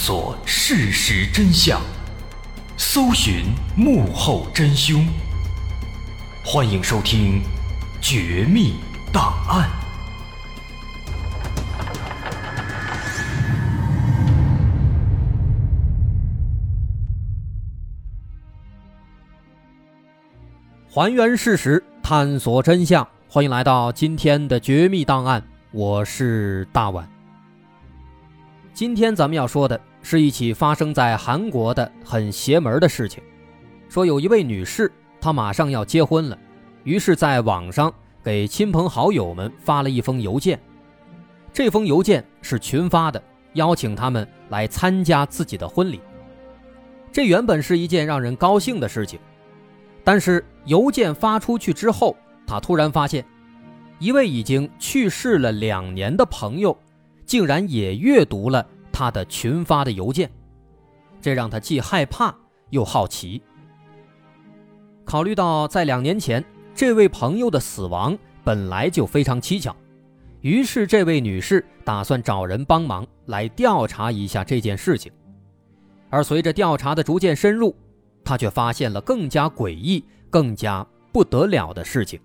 索事实真相，搜寻幕后真凶。欢迎收听《绝密档案》。 还原事实，探索真相，欢迎来到今天的绝密档案，我是大碗。今天咱们要说的是一起发生在韩国的很邪门的事情。说有一位女士，她马上要结婚了，于是在网上给亲朋好友们发了一封邮件。这封邮件是群发的，邀请他们来参加自己的婚礼。这原本是一件让人高兴的事情，但是邮件发出去之后，他突然发现一位已经去世了2年的朋友竟然也阅读了他的群发的邮件，这让他既害怕又好奇。考虑到在2年前这位朋友的死亡本来就非常蹊跷，于是这位女士打算找人帮忙来调查一下这件事情。而随着调查的逐渐深入，他却发现了更加诡异、更加不得了的事情。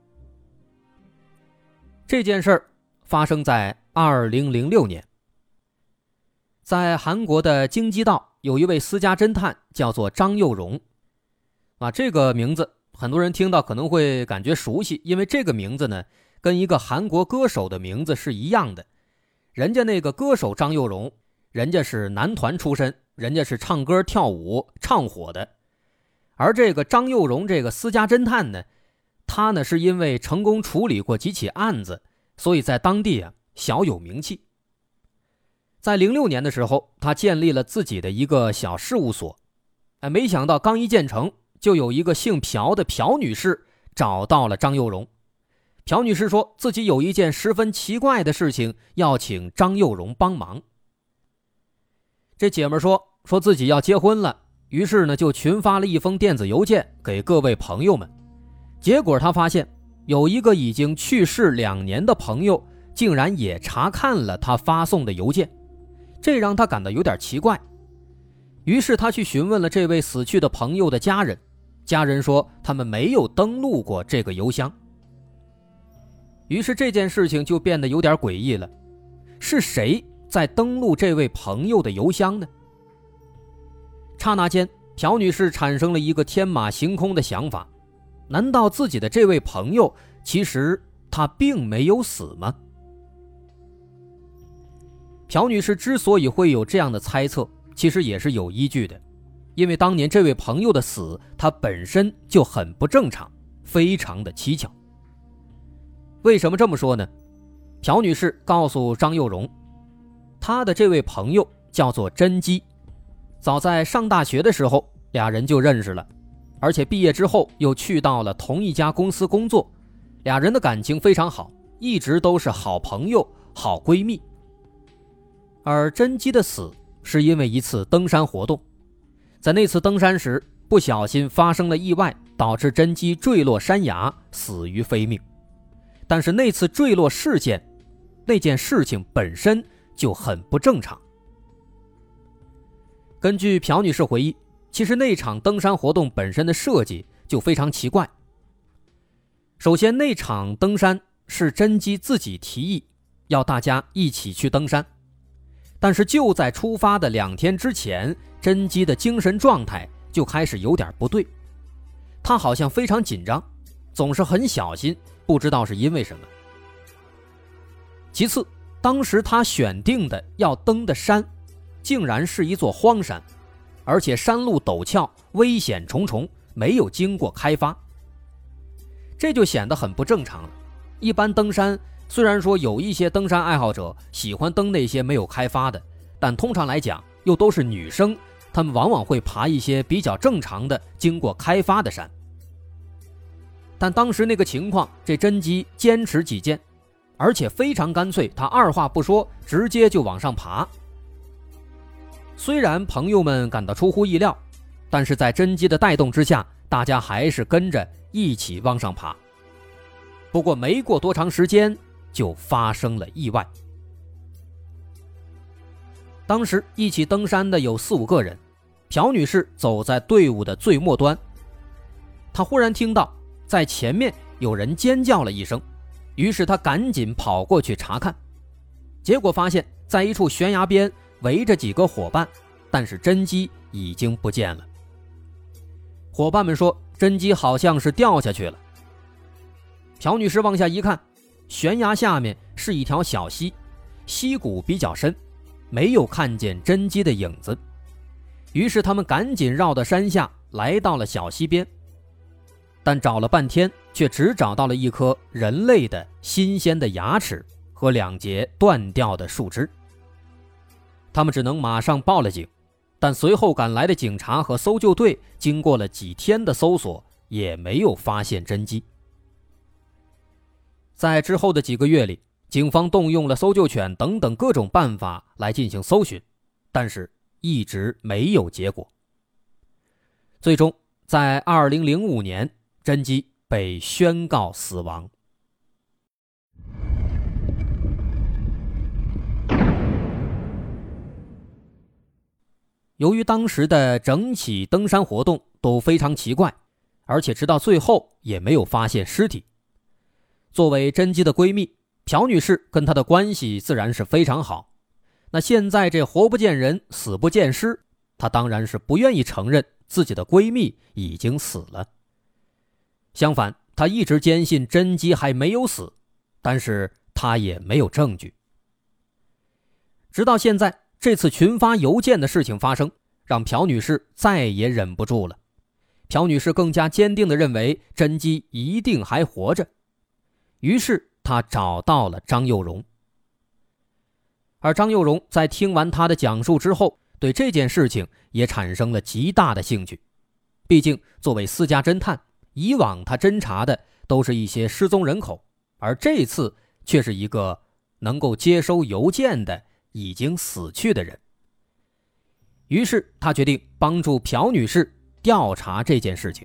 这件事儿发生在2006年，在韩国的京畿道有一位私家侦探叫做张佑荣。这个名字很多人听到可能会感觉熟悉，因为这个名字呢跟一个韩国歌手的名字是一样的。人家那个歌手张佑荣，人家是男团出身，人家是唱歌跳舞唱火的。而这个张佑荣这个私家侦探呢，他呢是因为成功处理过几起案子，所以在当地小有名气。在06年的时候，他建立了自己的一个小事务所。没想到刚一建成，就有一个姓朴的朴女士找到了张佑荣。朴女士说自己有一件十分奇怪的事情要请张佑荣帮忙。这姐们说自己要结婚了，于是呢就群发了一封电子邮件给各位朋友们。结果她发现有一个已经去世2年的朋友竟然也查看了她发送的邮件，这让她感到有点奇怪。于是她去询问了这位死去的朋友的家人，家人说他们没有登录过这个邮箱。于是这件事情就变得有点诡异了，是谁在登录这位朋友的邮箱呢？刹那间，朴女士产生了一个天马行空的想法，难道自己的这位朋友其实他并没有死吗？朴女士之所以会有这样的猜测，其实也是有依据的，因为当年这位朋友的死，他本身就很不正常，非常的蹊跷。为什么这么说呢？朴女士告诉张佑荣，她的这位朋友叫做甄姬，早在上大学的时候俩人就认识了，而且毕业之后又去到了同一家公司工作，俩人的感情非常好，一直都是好朋友好闺蜜。而甄姬的死是因为一次登山活动，在那次登山时不小心发生了意外，导致甄姬坠落山崖，死于非命。但是那次坠落事件，那件事情本身就很不正常。根据朴女士回忆，其实那场登山活动本身的设计就非常奇怪。首先，那场登山是甄姬自己提议要大家一起去登山，但是就在出发的2天之前，甄姬的精神状态就开始有点不对，她好像非常紧张，总是很小心，不知道是因为什么。其次，当时她选定的要登的山竟然是一座荒山，而且山路陡峭，危险重重，没有经过开发，这就显得很不正常了。一般登山虽然说有一些登山爱好者喜欢登那些没有开发的，但通常来讲又都是女生，她们往往会爬一些比较正常的经过开发的山。但当时那个情况，这甄姬坚持己见，而且非常干脆，她二话不说直接就往上爬。虽然朋友们感到出乎意料，但是在甄姬的带动之下，大家还是跟着一起往上爬。不过没过多长时间就发生了意外。 当时一起登山的有4、5个人，朴女士走在队伍的最末端。她忽然听到在前面有人尖叫了一声，于是她赶紧跑过去查看，结果发现在一处悬崖边围着几个伙伴，但是甄姬已经不见了。伙伴们说甄姬好像是掉下去了。朴女士往下一看，悬崖下面是一条小溪，溪谷比较深，没有看见甄姬的影子。于是他们赶紧绕到山下，来到了小溪边，但找了半天却只找到了一颗人类的新鲜的牙齿和2节断掉的树枝。他们只能马上报了警，但随后赶来的警察和搜救队经过了几天的搜索，也没有发现甄姬。在之后的几个月里，警方动用了搜救犬等等各种办法来进行搜寻，但是一直没有结果。最终在2005年，甄姬被宣告死亡。由于当时的整起登山活动都非常奇怪，而且直到最后也没有发现尸体。作为甄姬的闺蜜，朴女士跟她的关系自然是非常好。那现在这活不见人，死不见尸，她当然是不愿意承认自己的闺蜜已经死了。相反，她一直坚信甄姬还没有死，但是她也没有证据。直到现在，这次群发邮件的事情发生，让朴女士再也忍不住了。朴女士更加坚定地认为甄姬一定还活着，于是她找到了张幼荣。而张幼荣在听完她的讲述之后，对这件事情也产生了极大的兴趣。毕竟作为私家侦探，以往他侦查的都是一些失踪人口，而这次却是一个能够接收邮件的已经死去的人。于是他决定帮助朴女士调查这件事情。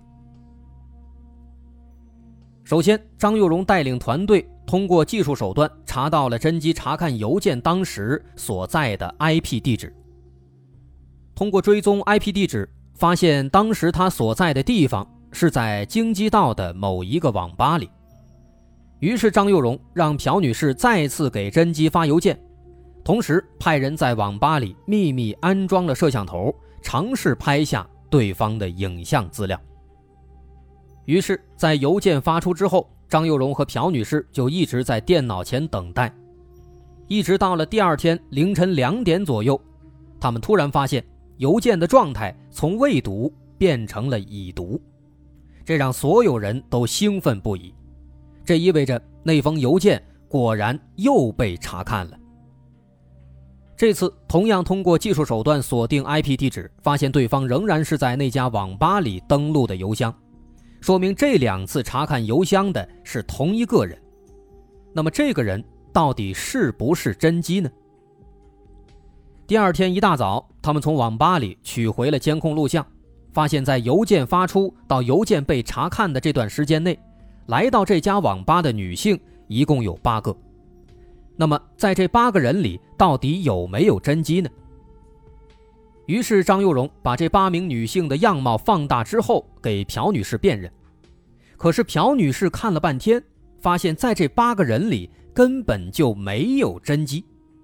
首先，张幼荣带领团队通过技术手段查到了甄姬查看邮件当时所在的 IP 地址。通过追踪 IP 地址，发现当时他所在的地方是在京畿道的某一个网吧里。于是张幼荣让朴女士再次给甄姬发邮件，同时派人在网吧里秘密安装了摄像头，尝试拍下对方的影像资料。于是在邮件发出之后，张幼荣和朴女士就一直在电脑前等待，一直到了第二天凌晨2点左右，他们突然发现邮件的状态从未读变成了已读，这让所有人都兴奋不已。这意味着那封邮件果然又被查看了。这次同样通过技术手段锁定 IP 地址，发现对方仍然是在那家网吧里登录的邮箱，说明这2次查看邮箱的是同一个人。那么这个人到底是不是甄姬呢？第二天一大早，他们从网吧里取回了监控录像，发现在邮件发出到邮件被查看的这段时间内，来到这家网吧的女性一共有8个。那么在这8个人里，到底有没有甄姬呢？于是张幼荣把这8名女性的样貌放大之后给朴女士辨认。可是朴女士看了半天，发现在这8个人里根本就没有甄姬。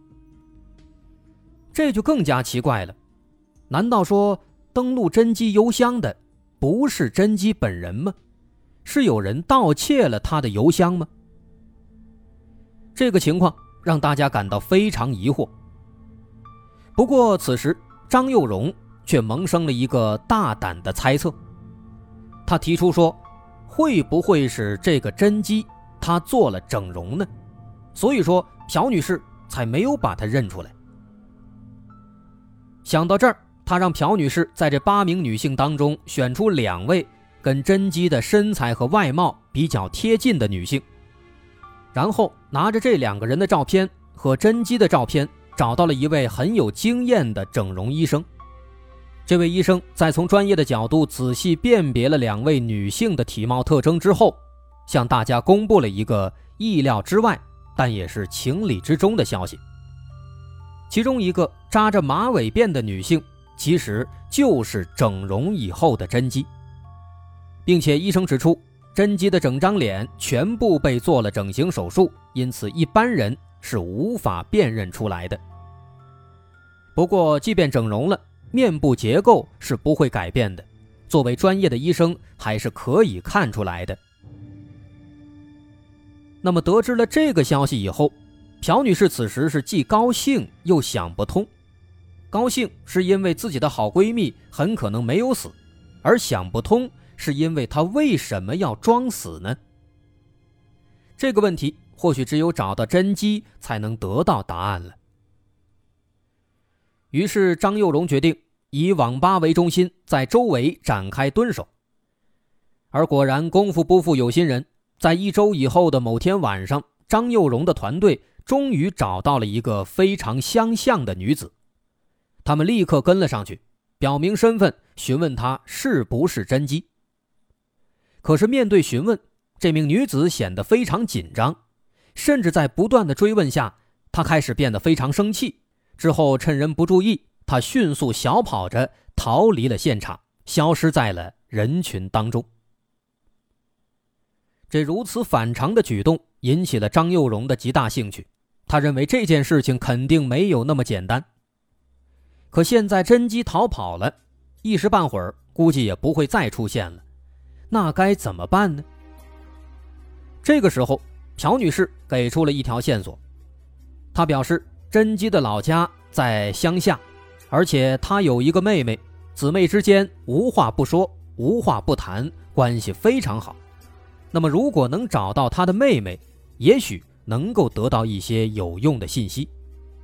这就更加奇怪了，难道说登录甄姬邮箱的不是甄姬本人吗？是有人盗窃了她的邮箱吗？这个情况让大家感到非常疑惑。不过此时张幼荣却萌生了一个大胆的猜测，他提出说，会不会是这个甄姬她做了整容呢？所以说朴女士才没有把她认出来。想到这儿，他让朴女士在这8名女性当中选出2位跟甄姬的身材和外貌比较贴近的女性，然后拿着这2个人的照片和甄姬的照片，找到了一位很有经验的整容医生。这位医生在从专业的角度仔细辨别了2位女性的体貌特征之后，向大家公布了一个意料之外但也是情理之中的消息。 其中一个扎着马尾辫的女性，其实就是整容以后的甄姬，并且医生指出，甄姬的整张脸全部被做了整形手术，因此一般人是无法辨认出来的。不过即便整容了，面部结构是不会改变的，作为专业的医生还是可以看出来的。那么得知了这个消息以后，朴女士此时是既高兴又想不通。高兴是因为自己的好闺蜜很可能没有死，而想不通是因为她为什么要装死呢？这个问题或许只有找到甄姬才能得到答案了。于是张幼荣决定以网吧为中心，在周围展开蹲守。而果然功夫不负有心人，在1周以后的某天晚上，张幼荣的团队终于找到了一个非常相像的女子。他们立刻跟了上去，表明身份，询问她是不是甄姬。可是面对询问，这名女子显得非常紧张，甚至在不断的追问下，她开始变得非常生气。之后趁人不注意，她迅速小跑着逃离了现场，消失在了人群当中。这如此反常的举动引起了张幼荣的极大兴趣，他认为这件事情肯定没有那么简单。可现在甄姬逃跑了，一时半会儿估计也不会再出现了，那该怎么办呢？这个时候朴女士给出了一条线索，她表示甄姬的老家在乡下，而且她有一个妹妹，姊妹之间无话不说，无话不谈，关系非常好。那么如果能找到她的妹妹，也许能够得到一些有用的信息。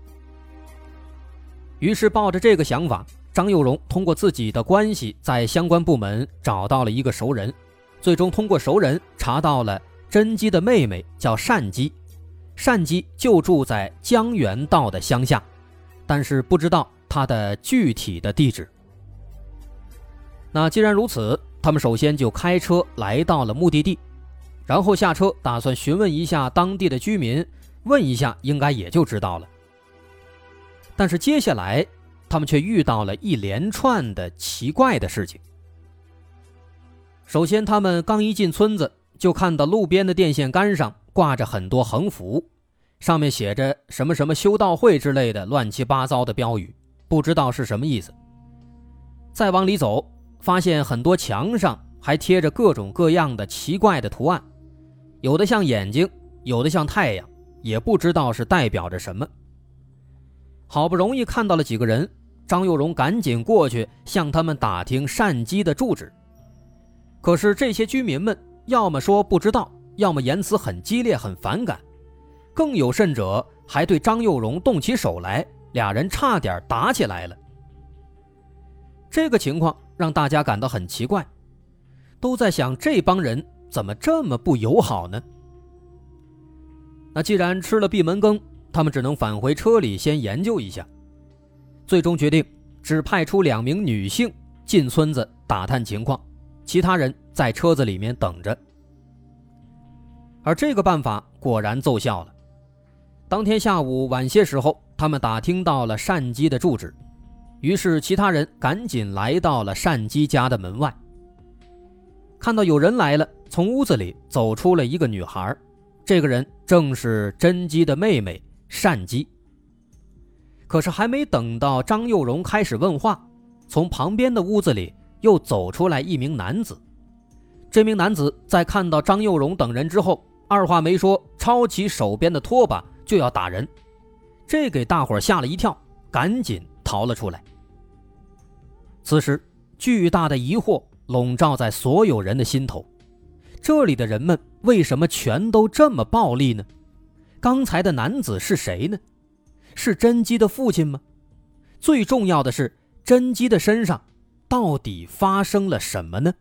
于是抱着这个想法，张幼荣通过自己的关系在相关部门找到了一个熟人，最终通过熟人查到了甄姬的妹妹叫单姬，单姬就住在江原道的乡下，但是不知道她的具体的地址。那既然如此，他们首先就开车来到了目的地，然后下车打算询问一下当地的居民，问一下应该也就知道了。但是接下来他们却遇到了一连串的奇怪的事情。首先他们刚一进村子，就看到路边的电线杆上挂着很多横幅，上面写着什么什么修道会之类的乱七八糟的标语，不知道是什么意思。再往里走，发现很多墙上还贴着各种各样的奇怪的图案，有的像眼睛，有的像太阳，也不知道是代表着什么。好不容易看到了几个人，张幼荣赶紧过去向他们打听单姬的住址。可是这些居民们要么说不知道，要么言辞很激烈很反感，更有甚者还对张幼荣动起手来，俩人差点打起来了。这个情况让大家感到很奇怪，都在想这帮人怎么这么不友好呢？那既然吃了闭门羹，他们只能返回车里先研究一下，最终决定只派出2名女性进村子打探情况，其他人在车子里面等着。而这个办法果然奏效了。当天下午晚些时候，他们打听到了单姬的住址，于是其他人赶紧来到了单姬家的门外。看到有人来了，从屋子里走出了一个女孩，这个人正是甄姬的妹妹单姬。可是还没等到张幼荣开始问话，从旁边的屋子里又走出来一名男子。这名男子在看到张幼荣等人之后，二话没说，抄起手边的拖把就要打人，这给大伙吓了一跳，赶紧逃了出来。此时巨大的疑惑笼罩在所有人的心头，这里的人们为什么全都这么暴力呢？刚才的男子是谁呢？是甄姬的父亲吗？最重要的是，甄姬的身上到底发生了什么呢？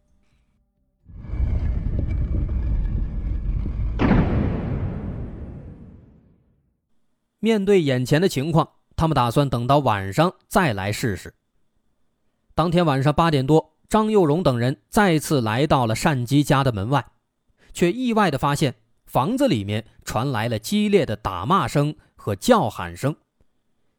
面对眼前的情况，他们打算等到晚上再来试试。当天晚上8点多，张幼荣等人再次来到了单姬家的门外，却意外地发现房子里面传来了激烈的打骂声和叫喊声。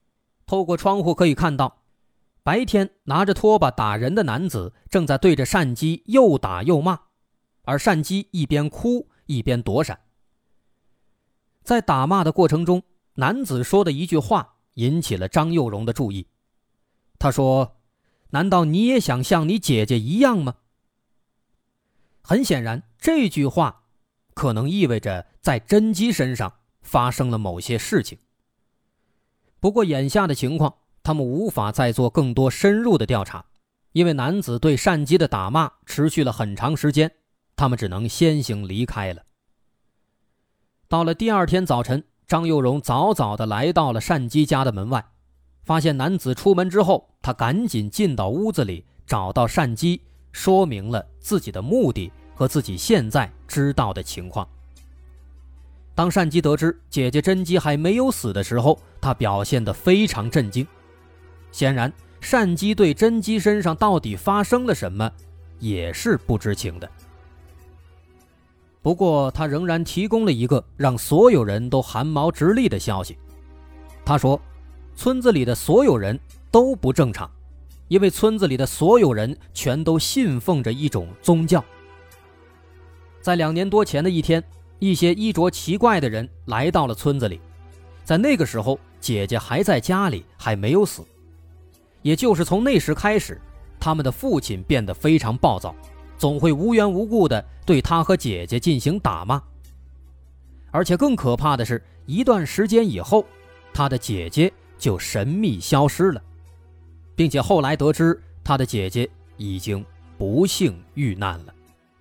透过窗户可以看到，白天拿着拖把打人的男子正在对着单姬又打又骂，而单姬一边哭一边躲闪。在打骂的过程中，男子说的一句话引起了张幼荣的注意。他说：难道你也想像你姐姐一样吗？很显然，这句话可能意味着在甄姬身上发生了某些事情。不过眼下的情况，他们无法再做更多深入的调查，因为男子对单姬的打骂持续了很长时间，他们只能先行离开了。到了第二天早晨，张幼荣早早地来到了单姬家的门外，发现男子出门之后，他赶紧进到屋子里，找到单姬，说明了自己的目的和自己现在知道的情况。当单姬得知姐姐甄姬还没有死的时候，她表现得非常震惊。显然，单姬对甄姬身上到底发生了什么，也是不知情的。不过，他仍然提供了一个让所有人都汗毛直立的消息。他说，村子里的所有人都不正常，因为村子里的所有人全都信奉着一种宗教。在2年多前的一天，一些衣着奇怪的人来到了村子里，在那个时候，姐姐还在家里，还没有死。也就是从那时开始，他们的父亲变得非常暴躁，总会无缘无故地对他和姐姐进行打骂。而且更可怕的是，一段时间以后，他的姐姐就神秘消失了，并且后来得知他的姐姐已经不幸遇难了。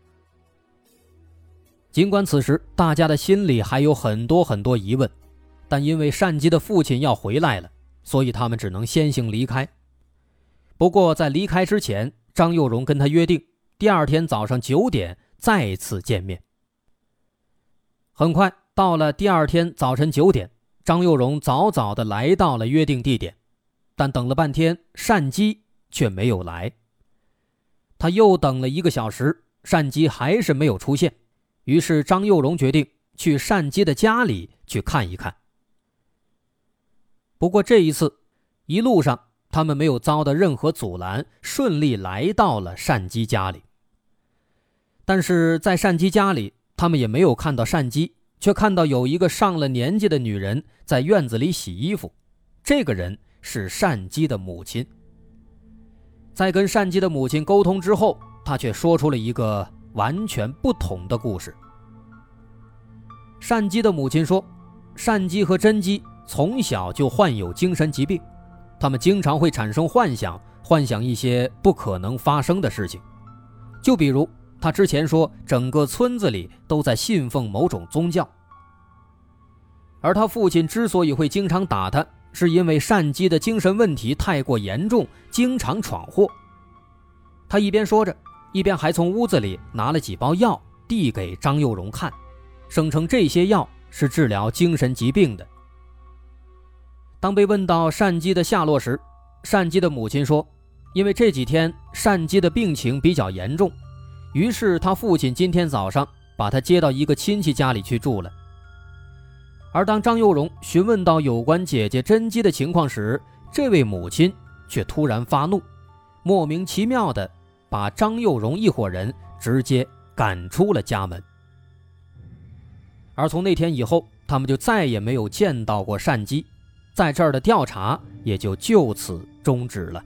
尽管此时大家的心里还有很多疑问，但因为单姬的父亲要回来了，所以他们只能先行离开。不过在离开之前，张幼荣跟他约定第二天早上9点再次见面。很快到了第二天早晨9点，张幼荣早早地来到了约定地点，但等了半天，单姬却没有来。他又等了1个小时，单姬还是没有出现，于是张幼荣决定去单姬的家里去看一看。不过这一次，一路上他们没有遭到任何阻拦，顺利来到了单姬家里。但是在单姬家里，他们也没有看到单姬，却看到有一个上了年纪的女人在院子里洗衣服，这个人是单姬的母亲。在跟单姬的母亲沟通之后，他却说出了一个完全不同的故事。单姬的母亲说，单姬和甄姬从小就患有精神疾病，他们经常会产生幻想一些不可能发生的事情。就比如他之前说整个村子里都在信奉某种宗教。而他父亲之所以会经常打他，是因为单姬的精神问题太过严重，经常闯祸。他一边说着，一边还从屋子里拿了几包药递给张幼荣看，声称这些药是治疗精神疾病的。当被问到单姬的下落时，单姬的母亲说，因为这几天单姬的病情比较严重，于是他父亲今天早上把他接到一个亲戚家里去住了。而当张幼荣询问到有关姐姐甄姬的情况时，这位母亲却突然发怒，莫名其妙地把张幼荣一伙人直接赶出了家门。而从那天以后，他们就再也没有见到过单姬，在这儿的调查也就此终止了。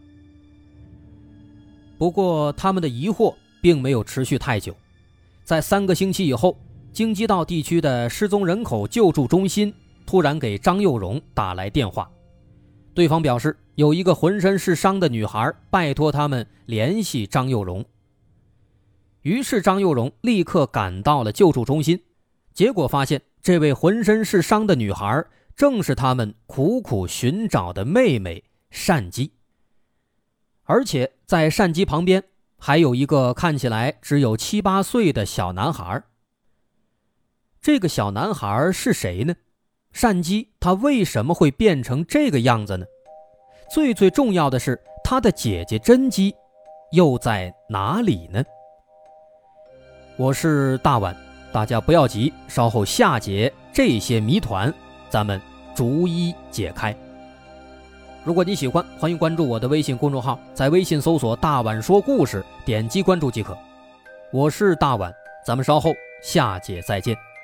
不过他们的疑惑并没有持续太久，在3个星期以后，京畿道地区的失踪人口救助中心突然给张幼荣打来电话，对方表示有一个浑身是伤的女孩拜托他们联系张幼荣。于是张幼荣立刻赶到了救助中心，结果发现这位浑身是伤的女孩正是他们苦苦寻找的妹妹单姬。而且在单姬旁边还有一个看起来只有7、8岁的小男孩。这个小男孩是谁呢？单姬他为什么会变成这个样子呢？最重要的是，他的姐姐甄姬又在哪里呢？我是大碗，大家不要急，稍后下节这些谜团咱们逐一解开。 如果你喜欢，欢迎关注我的微信公众号，在微信搜索大碗说故事，点击关注即可。我是大碗，咱们稍后下节再见。